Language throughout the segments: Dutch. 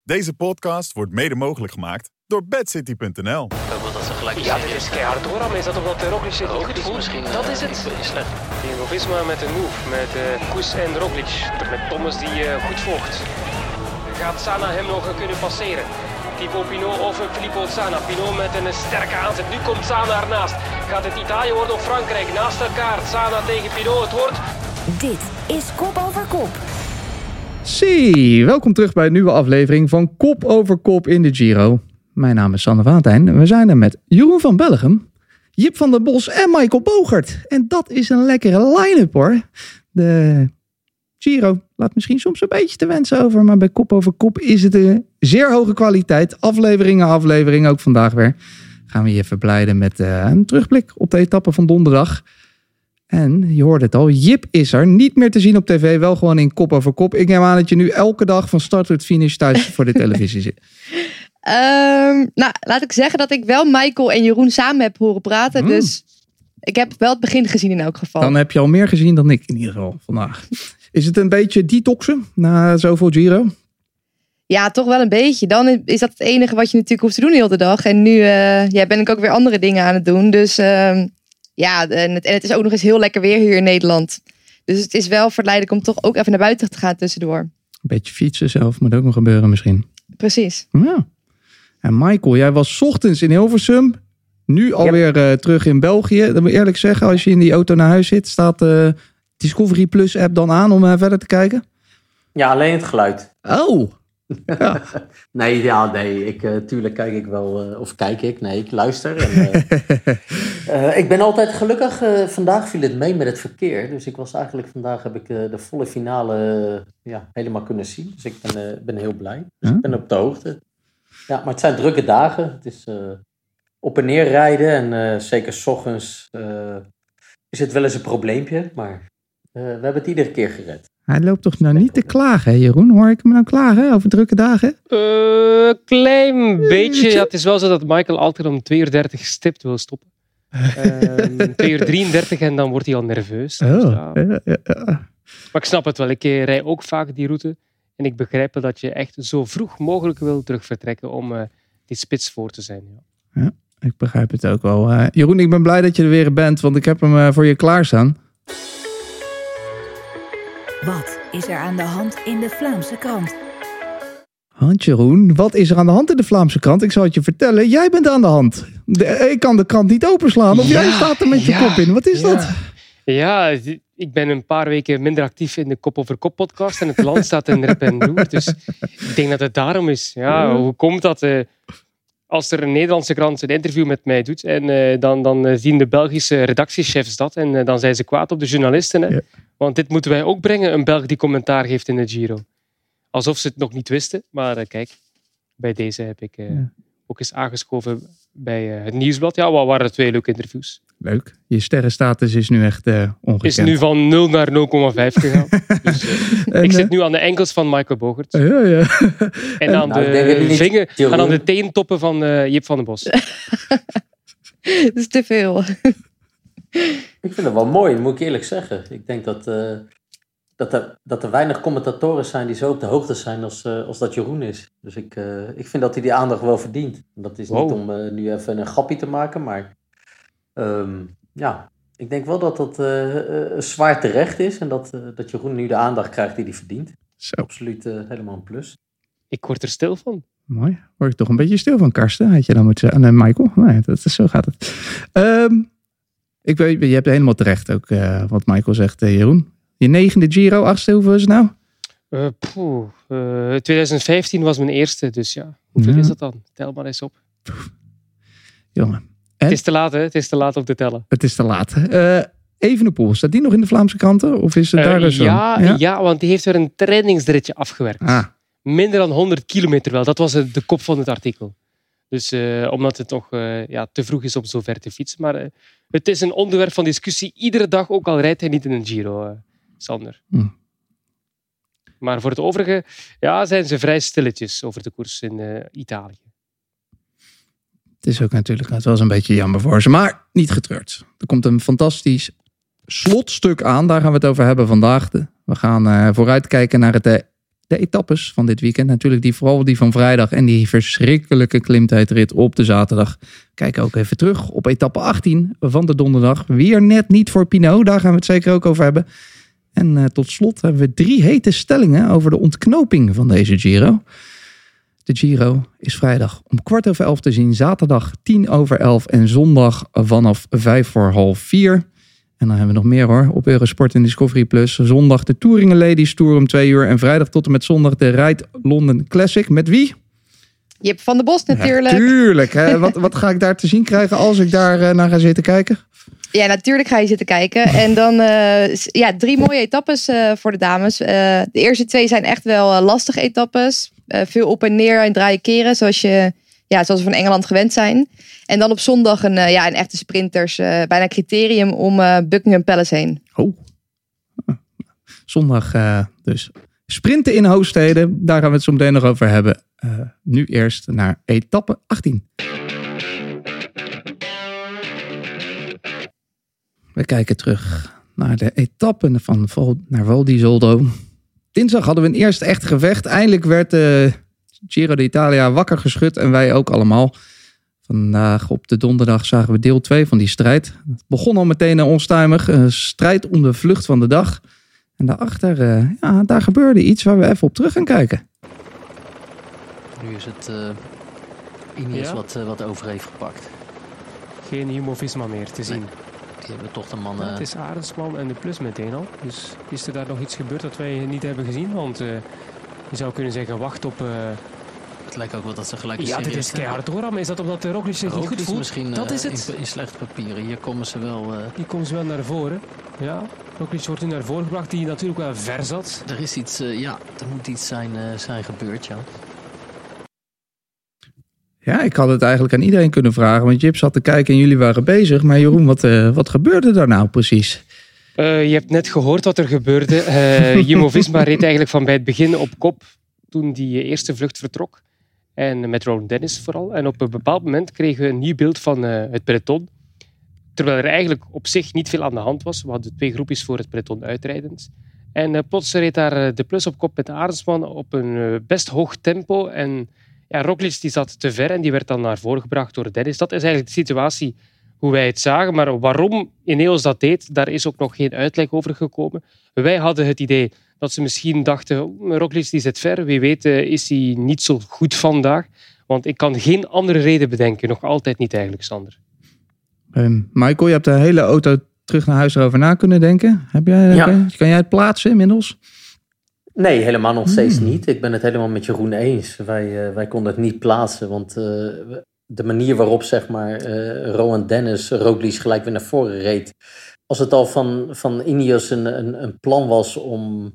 Deze podcast wordt mede mogelijk gemaakt door bedcity.nl. Ja, dit is keihard hoor. Maar is dat omdat Roglic zich niet goed voelt? Misschien dat is het. Slecht. Jumbo-Visma met een move, met Koes en Roglic. Met Thomas die goed volgt. Gaat Sana hem nog kunnen passeren? Thibaut Pinot of Filippo Zana. Pinot met een sterke aanzet. Nu komt Sana ernaast. Gaat het Italië worden of Frankrijk? Naast elkaar. Sana tegen Pinot. Het wordt... Dit is Kop over Kop. Zie, welkom terug bij een nieuwe aflevering van Kop over Kop in de Giro. Mijn naam is Sander Valentijn en we zijn er met Jeroen van Bellegem, Jip van der Bos en Michael Bogert. En dat is een lekkere line-up hoor. De Giro laat misschien soms een beetje te wensen over, maar bij Kop over Kop is het een zeer hoge kwaliteit. Aflevering, ook vandaag weer. Gaan we je verblijden met een terugblik op de etappe van donderdag. En je hoorde het al, Jip is er. Niet meer te zien op tv, wel gewoon in Kop over Kop. Ik neem aan dat je nu elke dag van start tot finish thuis voor de televisie zit. Nou, laat ik zeggen dat ik wel Michael en Jeroen samen heb horen praten. Dus ik heb wel het begin gezien in elk geval. Dan heb je al meer gezien dan ik in ieder geval vandaag. Is het een beetje detoxen na zoveel Giro? Ja, toch wel een beetje. Dan is dat het enige wat je natuurlijk hoeft te doen de hele dag. En nu ben ik ook weer andere dingen aan het doen. Dus... en het is ook nog eens heel lekker weer hier in Nederland. Dus het is wel verleidelijk om toch ook even naar buiten te gaan tussendoor. Een beetje fietsen zelf moet ook nog gebeuren misschien. Precies. Ja. En Michael, jij was 's ochtends in Hilversum. Nu alweer terug in België. Dat moet ik eerlijk zeggen, als je in die auto naar huis zit, staat de Discovery Plus app dan aan om verder te kijken? Ja, alleen het geluid. Oh! Ja. Nee. Tuurlijk kijk ik wel, ik luister. En, ik ben altijd gelukkig, vandaag viel het mee met het verkeer. Dus vandaag heb ik de volle finale helemaal kunnen zien. Dus ik ben heel blij. Dus ik ben op de hoogte. Ja, maar het zijn drukke dagen. Het is op en neer rijden en zeker 's ochtends is het wel eens een probleempje. Maar we hebben het iedere keer gered. Hij loopt toch nou niet te klagen, hè, Jeroen? Hoor ik hem nou klagen over drukke dagen? Klein beetje. Ja, het is wel zo dat Michael altijd om 2:30 stipt wil stoppen. 2:33 en dan wordt hij al nerveus. Oh, dus, ja. Ja. Maar ik snap het wel. Ik rij ook vaak die route. En ik begrijp wel dat je echt zo vroeg mogelijk wil terug vertrekken om die spits voor te zijn. Ja, ik begrijp het ook wel. Jeroen, ik ben blij dat je er weer bent, want ik heb hem voor je klaarstaan. Wat is er aan de hand in de Vlaamse krant? Jeroen, wat is er aan de hand in de Vlaamse krant? Ik zal het je vertellen. Jij bent aan de hand. Ik kan de krant niet openslaan. Of jij staat er met je kop in. Wat is dat? Ja, ik ben een paar weken minder actief in de Kop over Kop podcast. En het land staat in rep en roer. Dus ik denk dat het daarom is. Ja, hoe komt dat? Als er een Nederlandse krant een interview met mij doet en dan zien de Belgische redactiechefs dat en dan zijn ze kwaad op de journalisten. Hè? Ja. Want dit moeten wij ook brengen, een Belg die commentaar geeft in de Giro. Alsof ze het nog niet wisten, maar kijk, bij deze heb ik ook eens aangeschoven bij het Nieuwsblad. Ja, wat waren 2 leuke interviews. Leuk. Je sterrenstatus is nu echt ongekend. Is nu van 0 naar 0,5 gegaan. Dus, ik zit nu aan de enkels van Michael Bogert. Ja. En aan de teentoppen van Jip van den Bos. Dat is te veel. Ik vind het wel mooi, moet ik eerlijk zeggen. Ik denk dat er weinig commentatoren zijn die zo op de hoogte zijn als dat Jeroen is. Dus ik vind dat hij die aandacht wel verdient. Dat is niet om nu even een grappie te maken, maar ik denk wel dat dat zwaar terecht is en dat Jeroen nu de aandacht krijgt die hij verdient. Zo. Absoluut helemaal een plus. Ik word er stil van. Mooi. Word ik toch een beetje stil van, Karsten? Had je dan moeten zeggen. Nee, Michael? Nee, zo gaat het. Ik weet, je hebt helemaal terecht ook wat Michael zegt, Jeroen. Je 9e Giro, 8e, hoeveel is het nou? 2015 was mijn eerste, dus ja. Hoeveel is dat dan? Tel maar eens op. Jongen. Het is te laat, hè? Het is te laat om te tellen. Het is te laat. Evenepoel, staat die nog in de Vlaamse kranten? Of is het daar zo? Ja, want die heeft weer een trainingsritje afgewerkt. Minder dan 100 kilometer wel. Dat was de kop van het artikel. Dus omdat het nog te vroeg is om zo ver te fietsen. Maar het is een onderwerp van discussie iedere dag, ook al rijdt hij niet in een Giro, Sander. Maar voor het overige zijn ze vrij stilletjes over de koers in Italië. Het is ook natuurlijk wel eens een beetje jammer voor ze, maar niet getreurd. Er komt een fantastisch slotstuk aan, daar gaan we het over hebben vandaag. We gaan vooruitkijken naar het de etappes van dit weekend. Natuurlijk vooral die van vrijdag en die verschrikkelijke klimtijdrit op de zaterdag. Kijk ook even terug op etappe 18 van de donderdag. Weer net niet voor Pinot, daar gaan we het zeker ook over hebben. En tot slot hebben we 3 hete stellingen over de ontknoping van deze Giro. De Giro is vrijdag om 11:15 te zien, zaterdag 11:10 en zondag vanaf 4:05. En dan hebben we nog meer hoor, op Eurosport en Discovery Plus. Zondag de Touringen Ladies Tour om 2 uur. En vrijdag tot en met zondag de Ride London Classic. Met wie? Jip van der Bos natuurlijk. Ja, tuurlijk. Hè? Wat ga ik daar te zien krijgen als ik daar naar ga zitten kijken? Ja, natuurlijk ga je zitten kijken. En dan 3 mooie etappes voor de dames. De eerste 2 zijn echt wel lastige etappes. Veel op en neer en draaien keren. Zoals we van Engeland gewend zijn. En dan op zondag een echte sprinters. Bijna criterium om Buckingham Palace heen. Oh. Zondag dus sprinten in hoofdsteden. Daar gaan we het zo meteen nog over hebben. Nu eerst naar etappe 18. We kijken terug naar de etappen naar Val di Zoldo. Dinsdag hadden we een eerste echt gevecht. Eindelijk werd Giro d'Italia wakker geschud en wij ook allemaal. Vandaag op de donderdag zagen we deel 2 van die strijd. Het begon al meteen onstuimig. Een strijd om de vlucht van de dag. En daarachter, daar gebeurde iets waar we even op terug gaan kijken. Nu is het Ineos wat over heeft gepakt. Geen Jumbo-Visma meer te zien. Die hebben toch de mannen... Het is Arendsman en de Plus meteen al. Dus is er daar nog iets gebeurd dat wij niet hebben gezien? Want je zou kunnen zeggen, wacht op... Het lijkt ook wel dat ze gelijk... Ja, dit is keihard doorrammen. Is dat omdat de Roglic zich niet goed voelt? Misschien dat is het. In slechte papieren. Hier komen ze wel... Hier komen ze wel naar voren. Ja, Roglic wordt nu naar voren gebracht, die natuurlijk wel ver zat. Er is iets... er moet iets zijn gebeurd, ja. Ja, ik had het eigenlijk aan iedereen kunnen vragen. Want Jip zat te kijken en jullie waren bezig. Maar Jeroen, wat gebeurde daar nou precies? Je hebt net gehoord wat er gebeurde. Jumbo-Visma reed eigenlijk van bij het begin op kop toen die eerste vlucht vertrok. En met Rowan Dennis vooral. En op een bepaald moment kregen we een nieuw beeld van het peloton. Terwijl er eigenlijk op zich niet veel aan de hand was. We hadden 2 groepjes voor het peloton uitrijdend. En plots reed daar de Plus op kop met de Arendsman op een best hoog tempo. En ja, Roglic die zat te ver en die werd dan naar voren gebracht door Dennis. Dat is eigenlijk de situatie hoe wij het zagen. Maar waarom Ineos dat deed, daar is ook nog geen uitleg over gekomen. Wij hadden het idee dat ze misschien dachten, Roglic die zit ver. Wie weet is hij niet zo goed vandaag. Want ik kan geen andere reden bedenken. Nog altijd niet eigenlijk, Sander. Michael, je hebt de hele auto terug naar huis erover na kunnen denken. Kan jij het plaatsen inmiddels? Nee, helemaal nog steeds niet. Ik ben het helemaal met Jeroen eens. Wij konden het niet plaatsen, want de manier waarop zeg maar Rowan Dennis Roglic gelijk weer naar voren reed. Als het al van Ineos een plan was om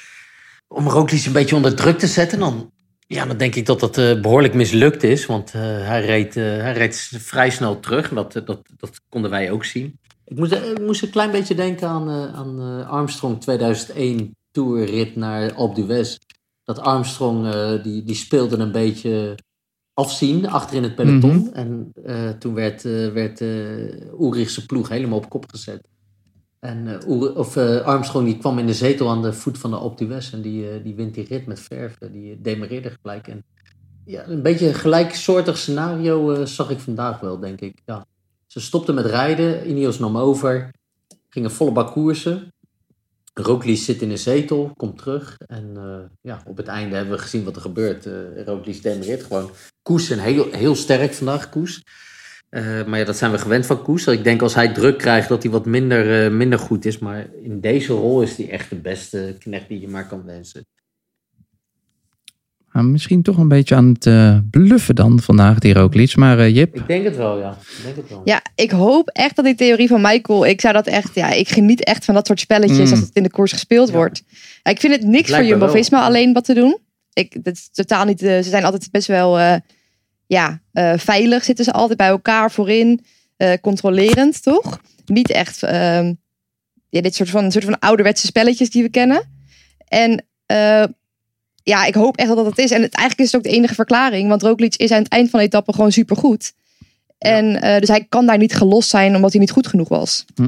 Roglic een beetje onder druk te zetten, dan denk ik dat dat behoorlijk mislukt is. Want hij reed vrij snel terug. Dat konden wij ook zien. Ik moest een klein beetje denken aan Armstrong 2001 tourrit naar Alpe d'Huez. Dat Armstrong die speelde een beetje afzien achter in het peloton. Mm-hmm. En toen werd Ulrich's ploeg helemaal op kop gezet. En Armstrong die kwam in de zetel aan de voet van de Alpe d'Huez en die wint die rit met verve. Die demareerde gelijk. En ja, een beetje een gelijksoortig scenario zag ik vandaag wel, denk ik. Ja. Ze stopten met rijden, Ineos nam over, gingen volle bak koersen. Roglic zit in een zetel, komt terug. En op het einde hebben we gezien wat er gebeurt. Roglic demareert gewoon. Koes en heel sterk vandaag, Koes. Maar ja, dat zijn we gewend van Koes. Ik denk als hij druk krijgt dat hij wat minder goed is. Maar in deze rol is hij echt de beste knecht die je maar kan wensen. Misschien toch een beetje aan het bluffen dan vandaag, die Roglic. Maar Jip? Ik denk het wel, ja. Ja, ik hoop echt dat die theorie van Michael... Ik geniet echt van dat soort spelletjes als het in de koers gespeeld wordt. Ja, ik vind het niks voor Jumbo-Visma alleen wat te doen. Dat is totaal niet... Ze zijn altijd best wel veilig. Zitten ze altijd bij elkaar voorin. Controlerend, toch? Niet echt dit soort van ouderwetse spelletjes die we kennen. En... ik hoop echt dat het is. En eigenlijk is het ook de enige verklaring. Want Roglic is aan het eind van de etappe gewoon supergoed. En dus hij kan daar niet gelost zijn omdat hij niet goed genoeg was.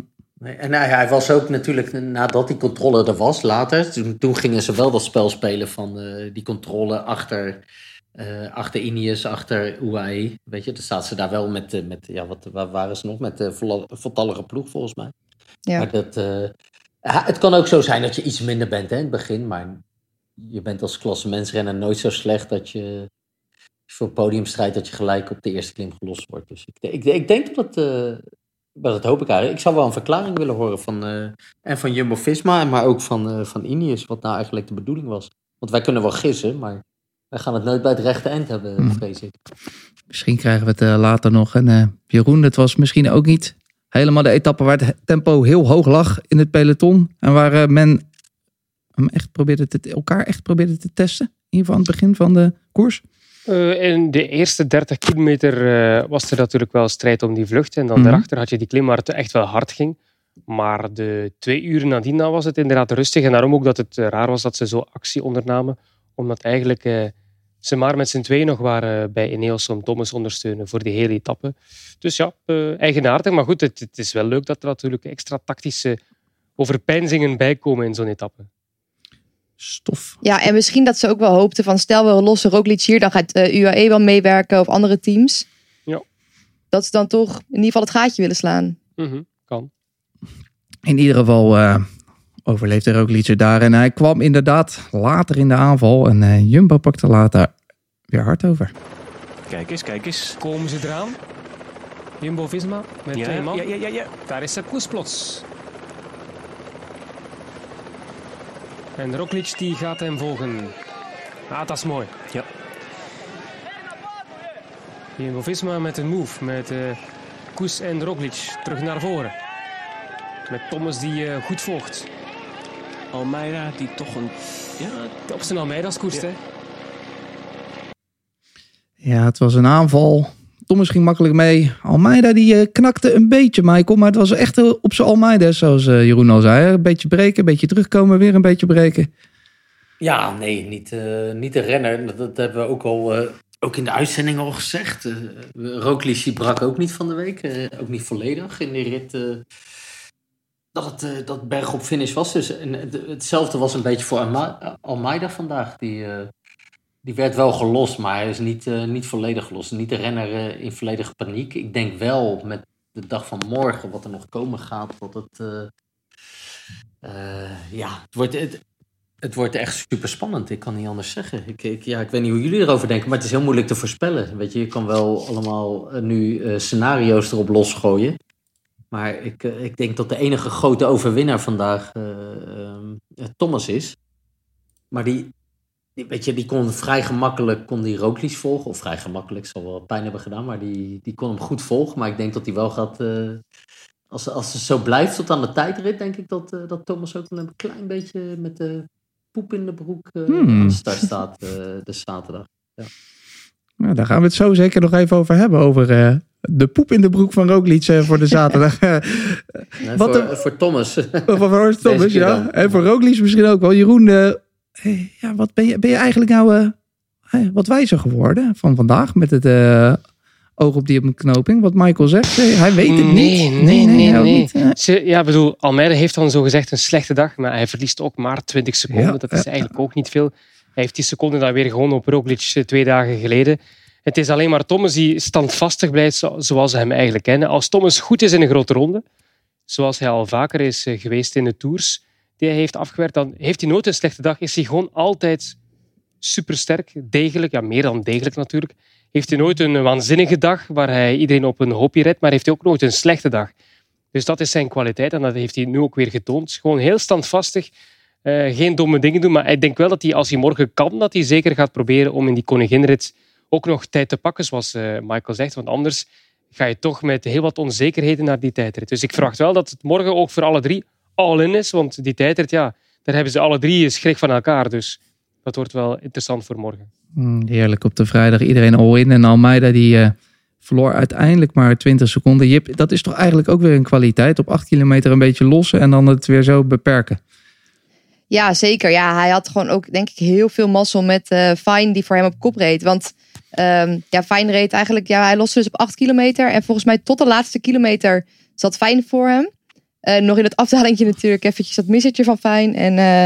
Nee, en hij was ook natuurlijk, nadat die controle er was, later, toen gingen ze wel dat spel spelen van die controle achter Ineos, achter UAE. Weet je, dan staat ze daar wel met waar waren ze nog? Met de voltallige ploeg volgens mij. Ja. Maar het kan ook zo zijn dat je iets minder bent in het begin, maar je bent als klassementsrenner nooit zo slecht dat je voor podiumstrijd dat je gelijk op de eerste klim gelost wordt. Dus ik denk dat hoop ik eigenlijk. Ik zou wel een verklaring willen horen van Jumbo-Visma, maar ook van Ineos, wat nou eigenlijk de bedoeling was. Want wij kunnen wel gissen, maar wij gaan het nooit bij het rechte eind hebben, vrees ik. Misschien krijgen we het later nog. En Jeroen, het was misschien ook niet helemaal de etappe waar het tempo heel hoog lag in het peloton. En waar men hem elkaar echt probeerde te testen. In ieder geval aan het begin van de koers. In de eerste 30 kilometer was er natuurlijk wel strijd om die vlucht. En dan daarachter had je die klim waar het echt wel hard ging. Maar de 2 uren nadien was het inderdaad rustig. En daarom ook dat het raar was dat ze zo actie ondernamen. Omdat eigenlijk ze maar met z'n tweeën nog waren bij Ineos om Thomas ondersteunen voor die hele etappe. Dus ja, eigenaardig. Maar goed, het is wel leuk dat er natuurlijk extra tactische overpeinzingen bijkomen in zo'n etappe. Stof. Ja, en misschien dat ze ook wel hoopten van stel we lossen Roglic hier, dan gaat UAE wel meewerken of andere teams. Ja. Dat ze dan toch in ieder geval het gaatje willen slaan. Kan. In ieder geval overleefde Roglic er daar. En hij kwam inderdaad later in de aanval. En Jumbo pakte later weer hard over. Kijk eens. Komen ze eraan? Jumbo-Visma met 2 man. Ja. Daar is Koes plots. En Roglic die gaat hem volgen. Dat is mooi. Ja. Jumbo-Visma met een move. Met Koes en Roglic terug naar voren. Met Thomas die goed volgt. Almeida die toch een... Ja, op zijn Almeida's koerst, hè? Ja, het was een aanval. Thomas ging makkelijk mee. Almeida die knakte een beetje, Michael. Maar het was echt op zijn Almeida, zoals Jeroen al zei. Een beetje breken, een beetje terugkomen, weer een beetje breken. Ja, nee, niet de renner. Dat hebben we ook in de uitzending al gezegd. Roglic brak ook niet van de week. Ook niet volledig in die rit. Dat berg op finish was. Dus, hetzelfde was een beetje voor Almeida vandaag. Die werd wel gelost, maar hij is niet volledig gelost. Niet de renner in volledige paniek. Ik denk wel met de dag van morgen, wat er nog komen gaat, dat het wordt echt super spannend. Ik kan niet anders zeggen. Ik weet niet hoe jullie erover denken, maar het is heel moeilijk te voorspellen. Weet je kan wel allemaal nu scenario's erop losgooien. Maar ik denk dat de enige grote overwinnaar vandaag Thomas is. Maar die kon vrij gemakkelijk Roglic volgen. Of vrij gemakkelijk, zal wel pijn hebben gedaan. Maar die kon hem goed volgen. Maar ik denk dat hij wel gaat... Als het zo blijft tot aan de tijdrit, denk ik dat Thomas ook een klein beetje met de poep in de broek aan de start staat de zaterdag. Ja. Nou, daar gaan we het zo zeker nog even over hebben. Over de poep in de broek van Roglic voor de zaterdag. Voor Thomas. Voor Thomas, ja. En voor Roglic misschien ook wel. Jeroen, wat ben je eigenlijk nou wat wijzer geworden van vandaag met het oog op die ontknoping? Wat Michael zegt, hij weet het niet. Nee. Almeida heeft dan zogezegd een slechte dag, maar hij verliest ook maar 20 seconden. Ja, dat is eigenlijk ook niet veel. Hij heeft die seconden dan weer gewonnen op Roglic 2 dagen geleden. Het is alleen maar Thomas die standvastig blijft zoals we hem eigenlijk kennen. Als Thomas goed is in een grote ronde, zoals hij al vaker is geweest in de Tours die hij heeft afgewerkt, dan heeft hij nooit een slechte dag. Is hij gewoon altijd supersterk, degelijk, ja, meer dan degelijk natuurlijk. Heeft hij nooit een waanzinnige dag waar hij iedereen op een hoopje redt, maar heeft hij ook nooit een slechte dag. Dus dat is zijn kwaliteit en dat heeft hij nu ook weer getoond. Gewoon heel standvastig, geen domme dingen doen, maar ik denk wel dat hij, als hij morgen kan, dat hij zeker gaat proberen om in die koninginrit ook nog tijd te pakken, zoals Michael zegt, want anders ga je toch met heel wat onzekerheden naar die tijdrit. Dus ik verwacht wel dat het morgen ook voor alle 3 all-in is, want die tijdrit, ja, daar hebben ze alle 3 schrik van elkaar, dus dat wordt wel interessant voor morgen. Heerlijk, op de vrijdag iedereen all-in en Almeida die verloor uiteindelijk maar 20 seconden. Jip, dat is toch eigenlijk ook weer een kwaliteit, op 8 kilometer een beetje lossen en dan het weer zo beperken. Ja, zeker. Ja, hij had gewoon ook, denk ik, heel veel mazzel met Fine die voor hem op kop reed. Want Fine reed eigenlijk, hij loste dus op 8 kilometer. En volgens mij tot de laatste kilometer zat Fine voor hem. Nog in het afdalingje natuurlijk eventjes dat missertje van Fijn.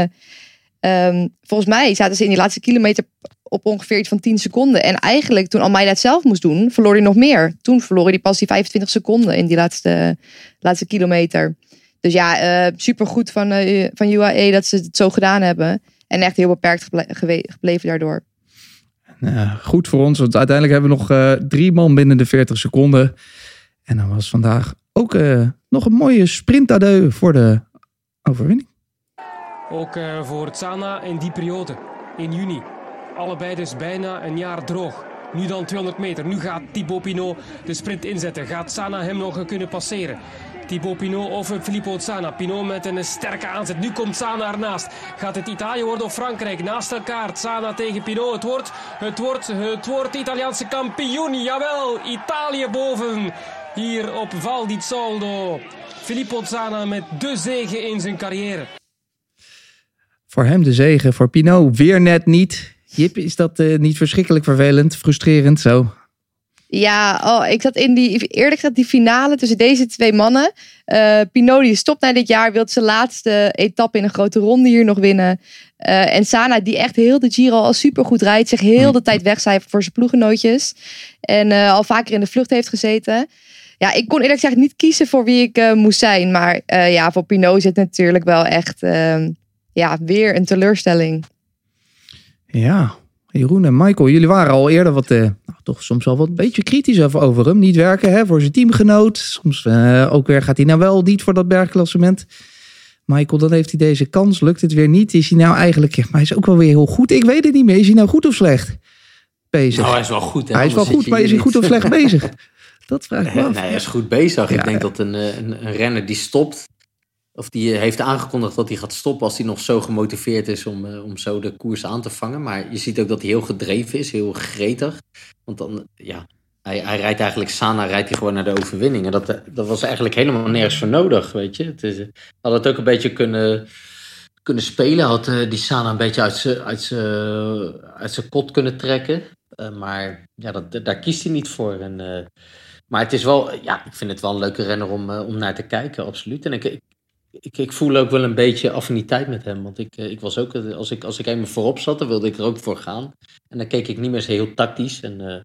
En volgens mij zaten ze in die laatste kilometer op ongeveer iets van 10 seconden. En eigenlijk toen Almeida het zelf moest doen, verloor hij nog meer. Toen verloor hij pas die 25 seconden in die laatste kilometer. Dus ja, supergoed van UAE dat ze het zo gedaan hebben. En echt heel beperkt gebleven daardoor. Goed voor ons, want uiteindelijk hebben we nog 3 man binnen de 40 seconden. En dan was vandaag ook nog een mooie sprintadeu voor de overwinning. Ook voor Tsana in die periode, in juni. Allebei dus bijna een jaar droog. Nu dan 200 meter. Nu gaat Thibaut Pinot de sprint inzetten. Gaat Tsana hem nog kunnen passeren? Thibaut Pinot of Filippo Tsana. Pinot met een sterke aanzet. Nu komt Tsana ernaast. Gaat het Italië worden of Frankrijk? Naast elkaar. Tsana tegen Pinot. Het wordt Italiaanse kampioen. Jawel, Italië boven. Hier op Val di Zoldo. Filippo Tsana met de zege in zijn carrière. Voor hem de zege, voor Pinot weer net niet. Jip, is dat niet verschrikkelijk vervelend, frustrerend zo? Ja, ik zat in die finale tussen deze 2 mannen. Pinot die stopt na dit jaar, wil zijn laatste etappe in een grote ronde hier nog winnen. En Tsana die echt heel de Giro al supergoed rijdt, zich heel de tijd wegcijfert voor zijn ploeggenootjes. En al vaker in de vlucht heeft gezeten. Ja, ik kon eerlijk gezegd niet kiezen voor wie ik moest zijn. Maar voor Pinot is het natuurlijk wel echt weer een teleurstelling. Ja, Jeroen en Michael, jullie waren al eerder toch soms wel wat een beetje kritisch over hem. Niet werken voor zijn teamgenoot. Soms ook weer gaat hij nou wel niet voor dat bergklassement. Michael, dan heeft hij deze kans. Lukt het weer niet? Is hij nou eigenlijk... Maar hij is ook wel weer heel goed. Ik weet het niet meer. Is hij nou goed of slecht bezig? Nou, hij is wel goed. Hè? Hij is wel goed, maar is hij goed of slecht bezig? Dat vraag ik me af. Nee, hij is goed bezig. Ik denk dat een renner die stopt... Of die heeft aangekondigd dat hij gaat stoppen als hij nog zo gemotiveerd is om zo de koers aan te vangen. Maar je ziet ook dat hij heel gedreven is, heel gretig. Want dan, hij rijdt eigenlijk, Tsana rijdt hij gewoon naar de overwinning. En dat was eigenlijk helemaal nergens voor nodig, weet je. Had het ook een beetje kunnen spelen. Had die Tsana een beetje uit zijn kot kunnen trekken. Maar daar kiest hij niet voor. Maar het is wel, ik vind het wel een leuke renner om naar te kijken, absoluut. En ik voel ook wel een beetje affiniteit met hem. Want ik was ook, als ik eenmaal voorop zat, dan wilde ik er ook voor gaan. En dan keek ik niet meer zo heel tactisch. En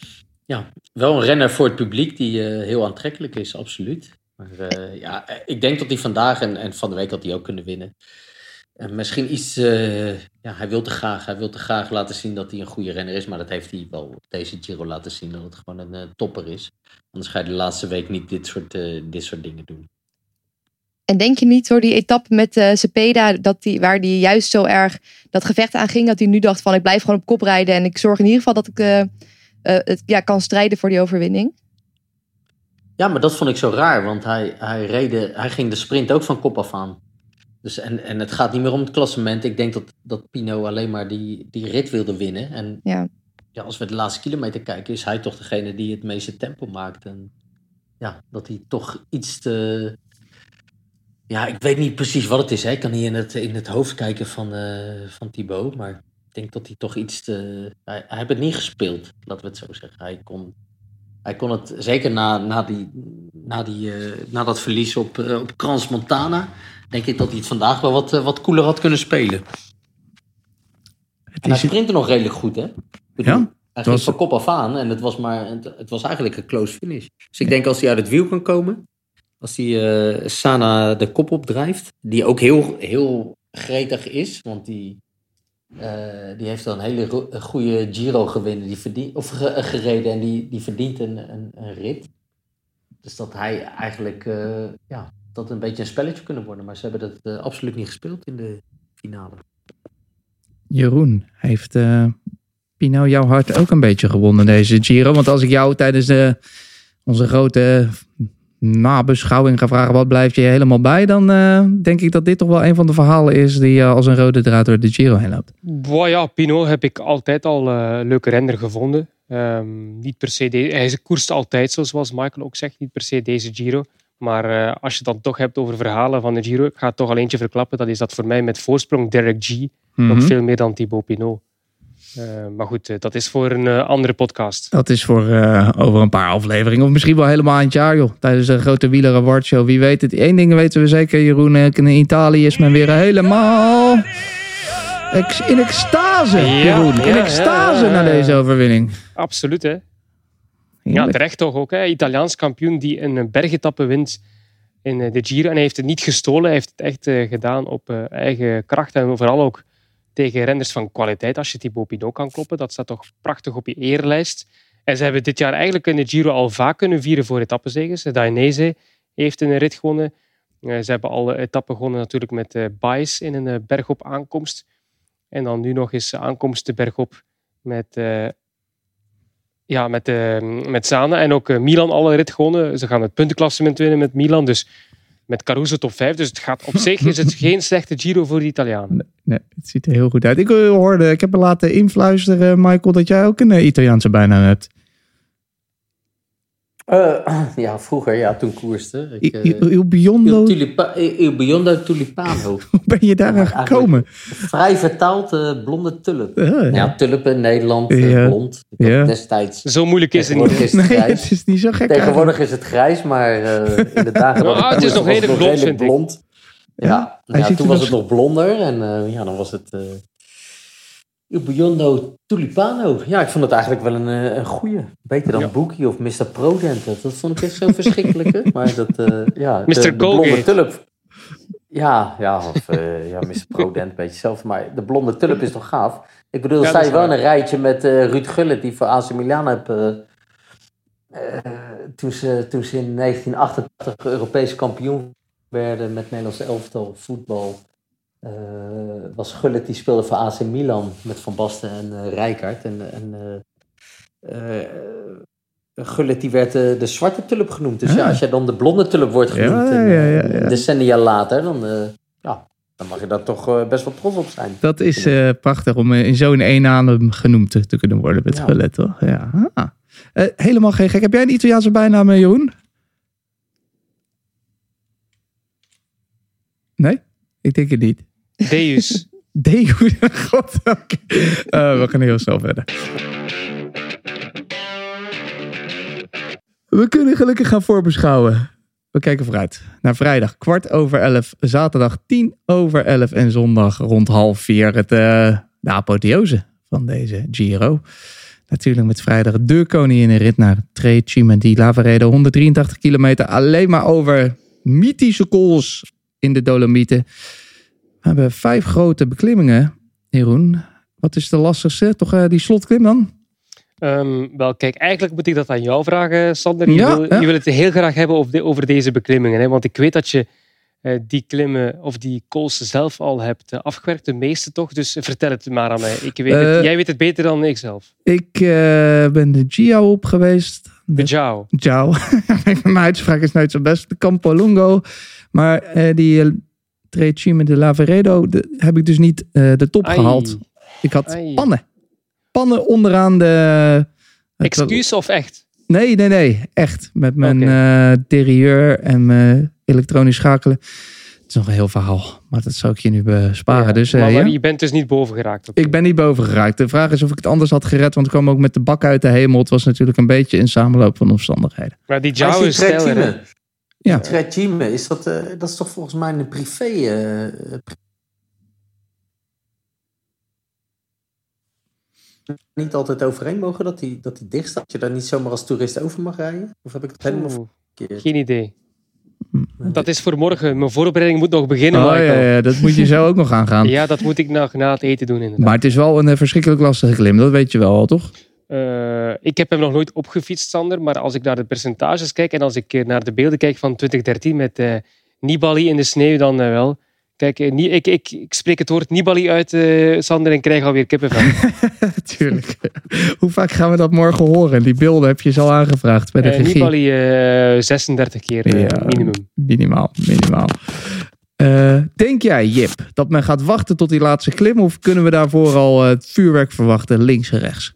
wel een renner voor het publiek die heel aantrekkelijk is, absoluut. Maar ik denk dat hij vandaag en van de week had hij ook kunnen winnen. Misschien iets, hij wil te graag laten zien dat hij een goede renner is. Maar dat heeft hij wel op deze Giro laten zien, dat het gewoon een topper is. Anders ga je de laatste week niet dit soort dingen doen. En denk je niet door die etappe met Cepeda, waar die juist zo erg dat gevecht aan ging, dat hij nu dacht van ik blijf gewoon op kop rijden en ik zorg in ieder geval dat ik het kan strijden voor die overwinning? Ja, maar dat vond ik zo raar, want hij ging de sprint ook van kop af aan. Dus, en het gaat niet meer om het klassement. Ik denk dat Pinot alleen maar die rit wilde winnen. En als we de laatste kilometer kijken, is hij toch degene die het meeste tempo maakt. En dat hij toch iets te... Ja, ik weet niet precies wat het is. Hè. Ik kan niet in het hoofd kijken van Thibaut. Maar ik denk dat hij toch iets te... Hij heeft het niet gespeeld, laten we het zo zeggen. Hij kon het, zeker na dat verlies op Crans Montana, denk ik dat hij het vandaag wel wat cooler had kunnen spelen. En hij sprintte nog redelijk goed, hè? Hij ging van kop af aan en het was eigenlijk een close finish. Dus ik denk als hij uit het wiel kan komen, als hij Tsana de kop opdrijft, die ook heel, heel gretig is, want die heeft dan een hele goede Giro gereden en die verdient een rit. Dus dat hij eigenlijk dat een beetje een spelletje kunnen worden. Maar ze hebben dat absoluut niet gespeeld in de finale. Jeroen, heeft Pinot jouw hart ook een beetje gewonnen deze Giro? Want als ik jou tijdens onze grote nabeschouwing ga vragen, wat blijft je helemaal bij? Dan denk ik dat dit toch wel een van de verhalen is die als een rode draad door de Giro heen loopt. Pinot heb ik altijd al een leuke renner gevonden. Niet per se hij koerst altijd, zoals Michael ook zegt, niet per se deze Giro. Maar als je het dan toch hebt over verhalen van de Giro, ik ga het toch al eentje verklappen. Dat is dat voor mij met voorsprong Derek G. Nog veel meer dan Thibaut Pinot. Maar goed, dat is voor een andere podcast. Dat is voor over een paar afleveringen. Of misschien wel helemaal aan het jaar, joh. Tijdens een grote wieler awardshow. Wie weet het. Eén ding weten we zeker, Jeroen. In Italië is men weer helemaal in extase, Jeroen. In extase na deze overwinning. Absoluut, hè. Heerlijk. Ja, terecht toch ook. Hè. Italiaans kampioen die een bergetappe wint in de Giro. En hij heeft het niet gestolen. Hij heeft het echt gedaan op eigen kracht. En vooral ook tegen renners van kwaliteit. Als je Thibaut Pinot kan kloppen. Dat staat toch prachtig op je eerlijst. En ze hebben dit jaar eigenlijk in de Giro al vaak kunnen vieren voor etappenzegers. Dainese heeft een rit gewonnen. Ze hebben alle etappen gewonnen natuurlijk met Baes in een bergop aankomst. En dan nu nog eens aankomst de bergop met Sana. En ook Milan alle rit gewonnen. Ze gaan het puntenklassement winnen met Milan. Dus met Caruso top 5. Dus het gaat op zich is het geen slechte Giro voor de Italianen. Nee, het ziet er heel goed uit. Ik heb er laten influisteren, Michael, dat jij ook een Italiaanse bijnaam hebt. Ja, vroeger, toen koerste. Il Biondo Tulipano. Hoe ben je daar aan gekomen? Vrij vertaald blonde tulp. Ja, tulpen in Nederland, blond. Destijds. Zo moeilijk is het niet. Is het grijs. Het is niet zo gek. Tegenwoordig is het grijs, maar in de dagen dat het is nog redelijk blond. Ja, toen was het nog blonder en dan was het Il Biondo Tulipano. Ja, ik vond het eigenlijk wel een goeie. Beter dan Bookie of Mr. Prodent. Dat vond ik echt zo verschrikkelijk. Maar dat, de blonde tulp. Ja, Mr. Prodent, een beetje zelf. Maar de blonde tulp is toch gaaf? Ik bedoel, sta je wel in een rijtje met Ruud Gullit, die voor AC Milan heb... toen ze in 1988 Europees kampioen werden met Nederlandse elftal voetbal... was Gullit, die speelde voor AC Milan met Van Basten en Rijkaard. Gullit die werd de zwarte tulp genoemd. Dus als jij dan de blonde tulp wordt genoemd decennia later, dan mag je daar toch best wel trots op zijn. Dat is prachtig om in zo'n één adem genoemd te kunnen worden met Gullit, toch? Ja. Helemaal geen gek. Heb jij een Italiaanse bijnaam, Jeroen? Nee? Ik denk het niet. Deus. God, oké. We gaan heel snel verder. We kunnen gelukkig gaan voorbeschouwen. We kijken vooruit naar vrijdag 11:15, zaterdag 10:11 en zondag rond 3:30 de apotheose van deze Giro. Natuurlijk met vrijdag de koninginnenrit naar Tre Cime di Lavaredo. 183 kilometer alleen maar over mythische kools in de Dolomieten. We hebben 5 grote beklimmingen, Jeroen. Wat is de lastigste? Toch die slotklim dan? Wel, kijk, eigenlijk moet ik dat aan jou vragen, Sander. Je wil het heel graag hebben over deze beklimmingen. Hè? Want ik weet dat je die klimmen of die kools zelf al hebt afgewerkt. De meeste toch? Dus vertel het maar aan mij. Jij weet het beter dan ik zelf. Ik ben de Giao op geweest. De Giao. Mijn uitspraak is nooit zo best. De Campo Lungo. Maar die Tre Cime di Lavaredo heb ik dus niet de top gehaald. Ik had pannen onderaan de... Excuus of echt? Nee. Echt. Met mijn derailleur en mijn elektronisch schakelen. Het is nog een heel verhaal. Maar dat zou ik je nu besparen. Ja, dus, maar je bent dus niet boven geraakt? Ik ben niet boven geraakt. De vraag is of ik het anders had gered. Want ik kwam ook met de bak uit de hemel. Het was natuurlijk een beetje een samenloop van omstandigheden. Maar die Giao is stijler. Ja. Tre Cime, dat is toch volgens mij een privé... niet altijd overeen mogen dat die dicht staat? Dat je daar niet zomaar als toerist over mag rijden? Of heb ik het helemaal verkeerd? Geen idee. Dat is voor morgen. Mijn voorbereiding moet nog beginnen. Ja, dat moet je zo ook nog aangaan. Ja, dat moet ik nog na het eten doen inderdaad. Maar het is wel een verschrikkelijk lastige klim. Dat weet je wel al, toch? Ik heb hem nog nooit opgefietst, Sander. Maar als ik naar de percentages kijk en als ik naar de beelden kijk van 2013 met Nibali in de sneeuw, dan wel. Kijk, ik spreek het woord Nibali uit, Sander, en krijg alweer kippenvel. Tuurlijk. Hoe vaak gaan we dat morgen horen? Die beelden heb je zo aangevraagd bij de regie. Nibali 36 keer minimum. Minimaal. Denk jij, Jip, dat men gaat wachten tot die laatste klim? Of kunnen we daarvoor al het vuurwerk verwachten, links en rechts?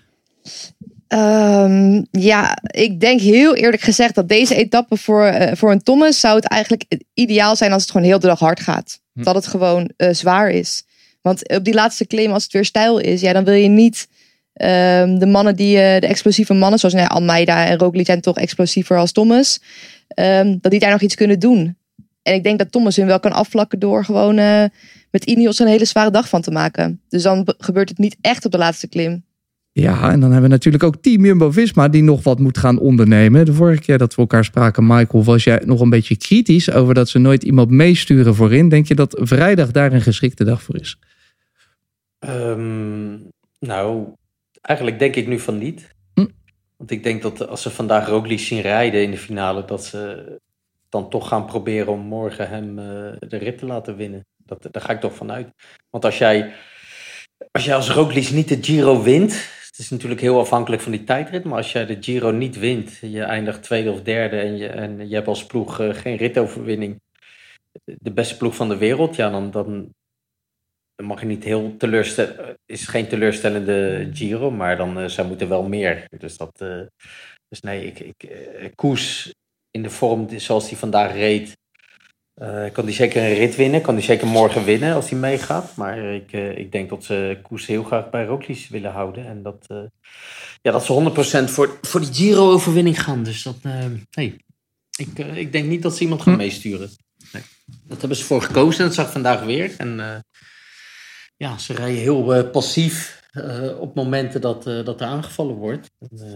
Ik denk heel eerlijk gezegd dat deze etappe voor een Thomas zou het eigenlijk ideaal zijn als het gewoon heel de dag hard gaat. Dat het gewoon zwaar is. Want op die laatste klim, als het weer stijl is, ja, dan wil je niet de mannen de explosieve mannen, zoals Almeida en Roglic zijn toch explosiever als Thomas, dat die daar nog iets kunnen doen. En ik denk dat Thomas hun wel kan afvlakken door gewoon met Ineos een hele zware dag van te maken. Dus dan gebeurt het niet echt op de laatste klim. Ja, en dan hebben we natuurlijk ook Team Jumbo-Visma die nog wat moet gaan ondernemen. De vorige keer dat we elkaar spraken, Michael, was jij nog een beetje kritisch over dat ze nooit iemand meesturen voorin. Denk je dat vrijdag daar een geschikte dag voor is? Nou, eigenlijk denk ik nu van niet. Want ik denk dat als ze vandaag Roglic zien rijden in de finale, dat ze dan toch gaan proberen om morgen hem de rit te laten winnen. Daar ga ik toch vanuit. Want als jij als Roglic niet de Giro wint, het is natuurlijk heel afhankelijk van die tijdrit, maar als jij de Giro niet wint, je eindigt tweede of derde en je hebt als ploeg geen ritoverwinning, de beste ploeg van de wereld, ja, dan mag je niet heel teleurstellen. Is geen teleurstellende Giro, maar dan zij moeten wel meer. Dus nee, Koes in de vorm zoals hij vandaag reed, kan hij zeker een rit winnen. Kan hij zeker morgen winnen als hij meegaat. Maar ik denk dat ze Koes heel graag bij Roglic willen houden. En dat ze 100% voor die Giro-overwinning gaan. Dus ik denk niet dat ze iemand gaan meesturen. Nee. Dat hebben ze voor gekozen en dat zag ik vandaag weer. En ze rijden heel passief op momenten dat er aangevallen wordt.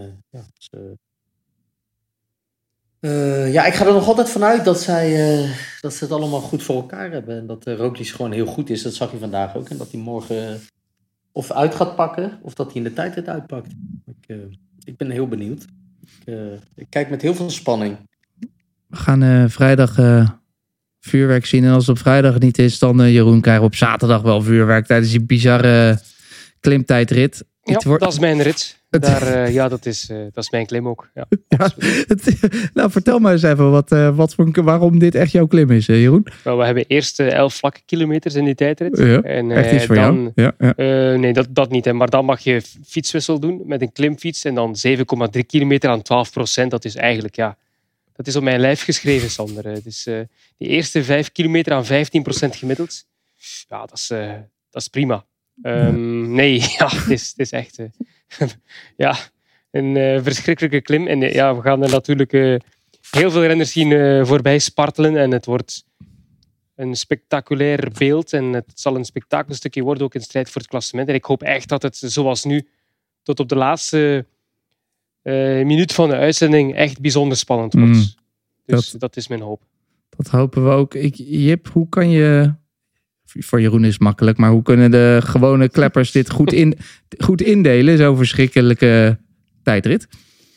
Ik ga er nog altijd vanuit dat ze het allemaal goed voor elkaar hebben. En dat Roglic gewoon heel goed is. Dat zag je vandaag ook. En dat hij morgen of uit gaat pakken, of dat hij in de tijdrit uitpakt. Ik ben heel benieuwd. Ik kijk met heel veel spanning. We gaan vrijdag vuurwerk zien. En als het op vrijdag niet is, dan Jeroen krijgen we op zaterdag wel vuurwerk tijdens die bizarre klimtijdrit. Ja, dat is mijn rit. Dat is mijn klim ook. Ja, nou, vertel maar eens even waarom dit echt jouw klim is, Jeroen. Nou, we hebben eerst 11 vlakke kilometers in die tijdrit. Ja, en, echt iets voor jou? Ja. Nee, dat niet. Hè. Maar dan mag je fietswissel doen met een klimfiets. En dan 7,3 kilometer aan 12%. Dat is eigenlijk, dat is op mijn lijf geschreven, Sander. Dus die eerste 5 kilometer aan 15% gemiddeld. Ja, dat is prima. Het is echt een verschrikkelijke klim. En we gaan er natuurlijk heel veel renners zien voorbij spartelen. En het wordt een spectaculair beeld. En het zal een spektakelstukje worden ook in strijd voor het klassement. En ik hoop echt dat het zoals nu tot op de laatste minuut van de uitzending echt bijzonder spannend wordt. Dus dat is mijn hoop. Dat hopen we ook. Jip, hoe kan je... Voor Jeroen is het makkelijk, maar hoe kunnen de gewone kleppers dit goed indelen? Zo'n verschrikkelijke tijdrit.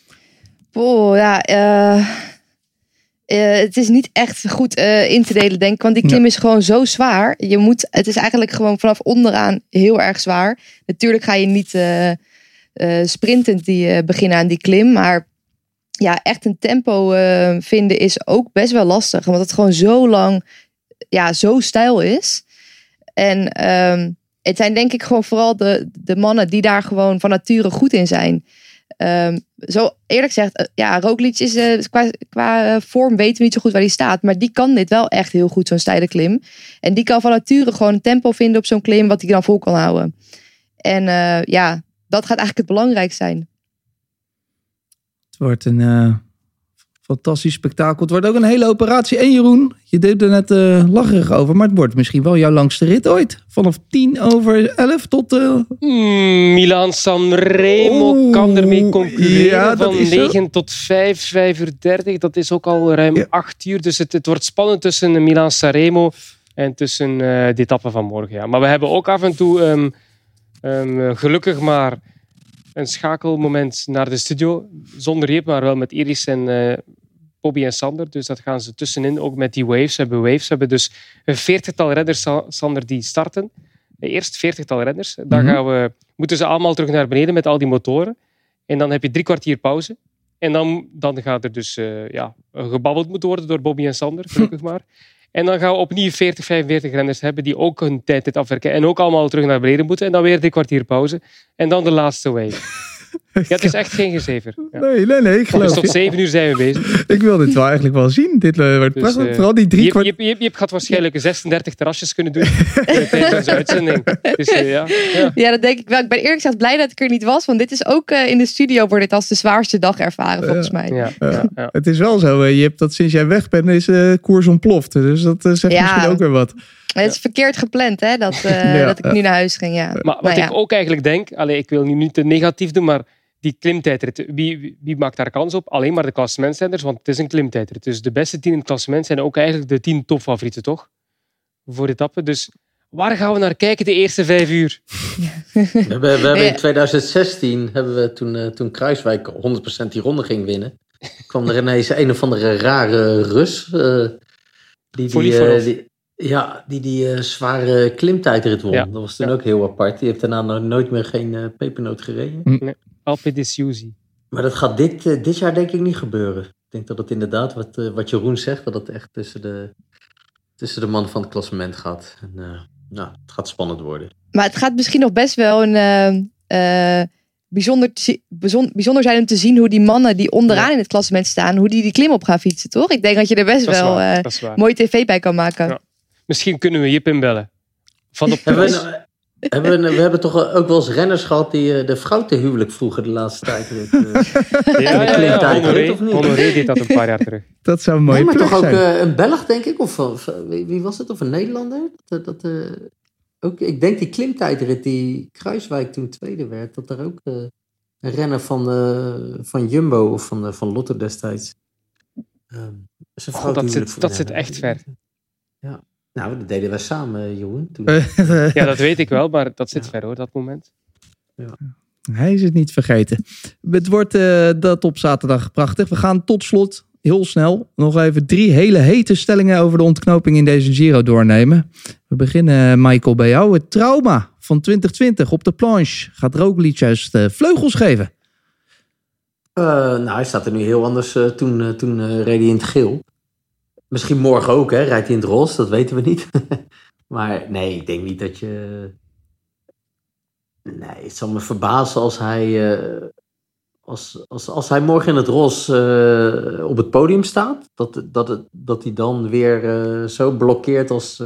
Het is niet echt goed in te delen, denk ik. Want die klim is gewoon zo zwaar. Het is eigenlijk gewoon vanaf onderaan heel erg zwaar. Natuurlijk ga je niet sprintend beginnen aan die klim. Maar echt een tempo vinden is ook best wel lastig. Omdat het gewoon zo lang, zo steil is. En het zijn denk ik gewoon vooral de mannen die daar gewoon van nature goed in zijn. Zo eerlijk gezegd, Roglic is qua vorm weten we niet zo goed waar hij staat. Maar die kan dit wel echt heel goed, zo'n steile klim. En die kan van nature gewoon een tempo vinden op zo'n klim wat hij dan vol kan houden. En dat gaat eigenlijk het belangrijkste zijn. Het wordt een fantastisch spektakel. Het wordt ook een hele operatie. En Jeroen, je deed er net lacherig over, maar het wordt misschien wel jouw langste rit ooit. Vanaf 10:11 tot... Milaan-San Remo kan ermee concurreren van 9 zo. tot 5:35. Dat is ook al ruim 8 uur. Dus het wordt spannend tussen Milaan-San Remo en tussen de etappe van morgen. Ja. Maar we hebben ook af en toe gelukkig maar een schakelmoment naar de studio. Zonder Jip, maar wel met Iris en Bobby en Sander. Dus dat gaan ze tussenin. Ook met die waves. We hebben dus een 40-tal renners, Sander, die starten. Eerst 40-tal renners. Dan moeten ze allemaal terug naar beneden met al die motoren. En dan heb je 3 kwartier pauze. En dan gaat er dus gebabbeld moeten worden door Bobby en Sander. Gelukkig maar. En dan gaan we opnieuw 40, 45 renners hebben die ook hun tijd afwerken. En ook allemaal terug naar beneden moeten. En dan weer 3 kwartier pauze. En dan de laatste wave. Ja, het is echt geen gezever. Ja. Nee, ik Dus geloof tot je. 7 uur zijn we bezig. Ik wil dit wel eigenlijk wel zien. Dit wordt Dus, prachtig. Vooral die drie kwart... Je gaat waarschijnlijk 36 terrasjes kunnen doen tijdens onze uitzending. Dus ja. Ja, dat denk ik wel. Ik ben eerlijk gezegd blij dat ik er niet was. Want dit is ook in de studio wordt dit als de zwaarste dag ervaren, volgens mij. Ja. Het is wel zo, je hebt dat sinds jij weg bent, is de koers ontploft. Dus dat zegt Ja. misschien ook weer wat. Het is verkeerd gepland, hè, dat ik nu naar huis ging. Ja. Maar wat ik ook eigenlijk denk, ik wil nu niet te negatief doen, maar die klimtijdrit, wie maakt daar kans op? Alleen maar de klassementsrenners, want het is een klimtijdrit. Dus de beste 10 in het klassement zijn ook eigenlijk de 10 topfavorieten, toch? Voor de etappe. Dus waar gaan we naar kijken de eerste 5 uur? We hebben in 2016, toen Kruiswijk 100% die ronde ging winnen, kwam er ineens een of andere rare Rus. Die zware klimtijdrit won. Ja. Dat was toen ook heel apart. Die heeft daarna nooit meer geen pepernoot gereden. Nee. Alpe di Siusi. Maar dat gaat dit jaar denk ik niet gebeuren. Ik denk dat het inderdaad, wat Jeroen zegt, dat het echt tussen de mannen van het klassement gaat. En, het gaat spannend worden. Maar het gaat misschien nog best wel een bijzonder zijn om te zien hoe die mannen die onderaan in het klassement staan, hoe die klim op gaan fietsen, toch? Ik denk dat je er best wel mooi tv bij kan maken. Ja. Misschien kunnen we Jip inbellen. Van op we hebben toch ook wel eens renners gehad die de vrouw te huwelijk vroegen de laatste tijd. Honoré deed dat een paar jaar terug. Dat zou een mooie maar plek toch ook zijn. een Belg, denk ik. Of wie was het? Of een Nederlander? Ook, ik denk die klimtijdrit die Kruiswijk toen tweede werd, dat er ook een renner van Jumbo of van Lotto destijds. Dat zit echt ver. Ja. Nou, dat deden wij samen, Jeroen. Toen. Ja, dat weet ik wel, maar dat zit ver hoor, dat moment. Ja. Hij is het niet vergeten. Het wordt dat op zaterdag prachtig. We gaan tot slot heel snel nog even 3 hele hete stellingen over de ontknoping in deze Giro doornemen. We beginnen, Michael, bij jou. Het trauma van 2020 op de planche. Gaat Roglic juist vleugels geven? Hij staat er nu heel anders. Toen reed hij in het geel. Misschien morgen ook, hè? Rijdt hij in het roze, dat weten we niet. Maar nee, ik denk niet dat je... Nee, het zal me verbazen als hij... Als hij morgen in het roze op het podium staat, dat hij dan weer zo blokkeert als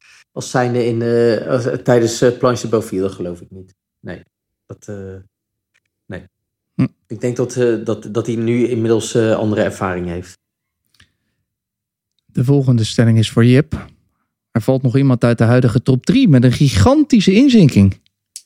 zijnde tijdens Planche de Beaufort, dat geloof ik niet. Nee, nee. Ik denk dat hij nu inmiddels andere ervaring heeft. De volgende stelling is voor Jip. Er valt nog iemand uit de huidige top 3 met een gigantische inzinking.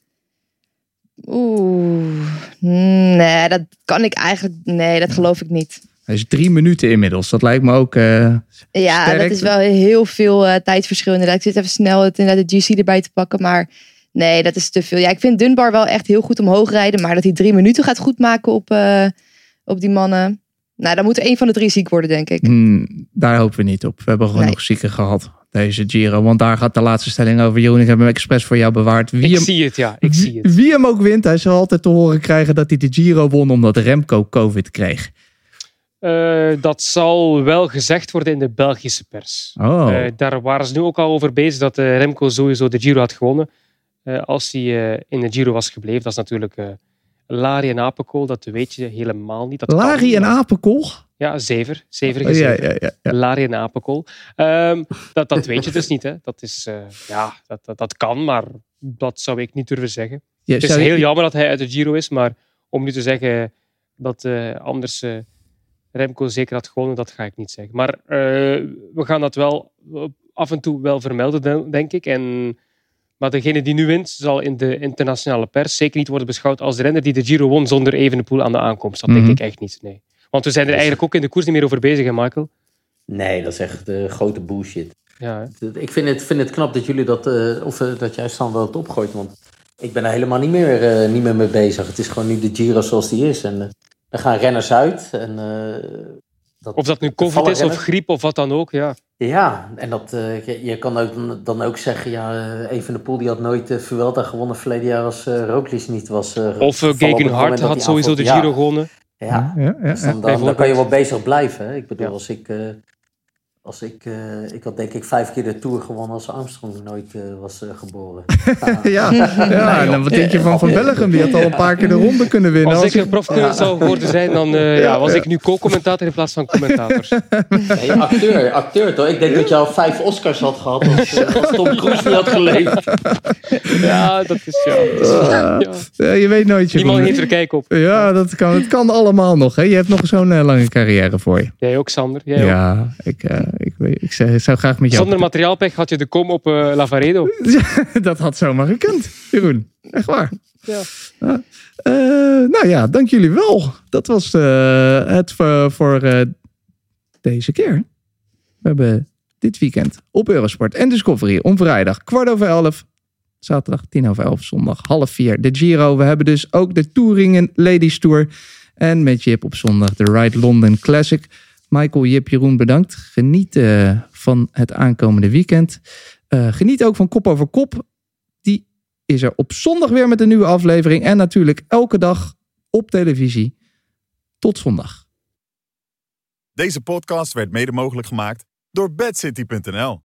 Nee, dat kan ik eigenlijk... Nee, dat geloof ik niet. Hij is 3 minuten inmiddels. Dat lijkt me ook ja, sterk. Dat is wel heel veel tijdsverschil inderdaad. Ik zit even snel de GC erbij te pakken, maar nee, dat is te veel. Ja, ik vind Dunbar wel echt heel goed omhoog rijden, maar dat hij 3 minuten gaat goedmaken op die mannen... Nou, dan moet er 1 van de 3 ziek worden, denk ik. Daar hopen we niet op. We hebben genoeg zieken gehad, deze Giro. Want daar gaat de laatste stelling over. Jeroen, ik heb hem expres voor jou bewaard. Ik zie het. Wie hem ook wint, hij zal altijd te horen krijgen dat hij de Giro won omdat Remco COVID kreeg. Dat zal wel gezegd worden in de Belgische pers. Daar waren ze nu ook al over bezig dat Remco sowieso de Giro had gewonnen. Als hij in de Giro was gebleven. Dat is natuurlijk... Lari en apenkool, dat weet je helemaal niet. Lari en apenkool? Ja, zeverige zever. Ja. Lari en apenkool. Dat weet je dus niet. Hè. Dat is, dat kan, maar dat zou ik niet durven zeggen. Ja, het is heel jammer dat hij uit de Giro is, maar om nu te zeggen dat anders Remco zeker had gewonnen, dat ga ik niet zeggen. Maar we gaan dat wel af en toe wel vermelden, denk ik. Maar degene die nu wint, zal in de internationale pers zeker niet worden beschouwd als de renner die de Giro won zonder Evenepoel aan de aankomst. Dat denk ik echt niet, nee. Want we zijn er eigenlijk ook in de koers niet meer over bezig, hè, Michael? Nee, dat is echt grote bullshit. Ja, ik vind het knap dat jullie dat jij Stan wel het opgooit, want ik ben er helemaal niet meer mee bezig. Het is gewoon nu de Giro zoals die is. En er gaan renners uit. En, of dat nu COVID is of griep of wat dan ook, ja. Ja, en je kan dan ook zeggen, Evenepoel die had nooit Vuelta gewonnen verleden jaar als Roglic niet was. Of Gegenhardt had sowieso de Giro gewonnen. Ja. Dus dan kan je wel bezig blijven. Hè? Ik bedoel, als ik Ik had denk ik 5 keer de Tour gewonnen als Armstrong nooit was geboren. En dan wat denk je van Bellegem? Die had al een paar keer de ronde kunnen winnen. Als ik een profcoureur zou geworden zijn, dan was ik nu co-commentator in plaats van commentator. Nee, acteur toch? Ik denk dat je al 5 Oscars had gehad als Tom Cruise niet had geleefd. Ja, dat is je weet nooit. Die man heeft er kijk op. Ja, het kan allemaal nog. Hè? Je hebt nog zo'n lange carrière voor je. Jij ook, Sander. Ja, ik zou graag met jou... Zonder materiaalpech had je de kom op Lavaredo. Dat had zomaar gekund, Jeroen. Echt waar. Ja. Dank jullie wel. Dat was het voor deze keer. We hebben dit weekend op Eurosport en Discovery om vrijdag 11:15. Zaterdag 10:11, zondag 3:30 de Giro. We hebben dus ook de Touringen Ladies Tour. En met Jip op zondag de Ride London Classic. Michael, Jip, Jeroen, bedankt. Geniet van het aankomende weekend. Geniet ook van Kop over Kop. Die is er op zondag weer met een nieuwe aflevering. En natuurlijk elke dag op televisie. Tot zondag. Deze podcast werd mede mogelijk gemaakt door bedcity.nl.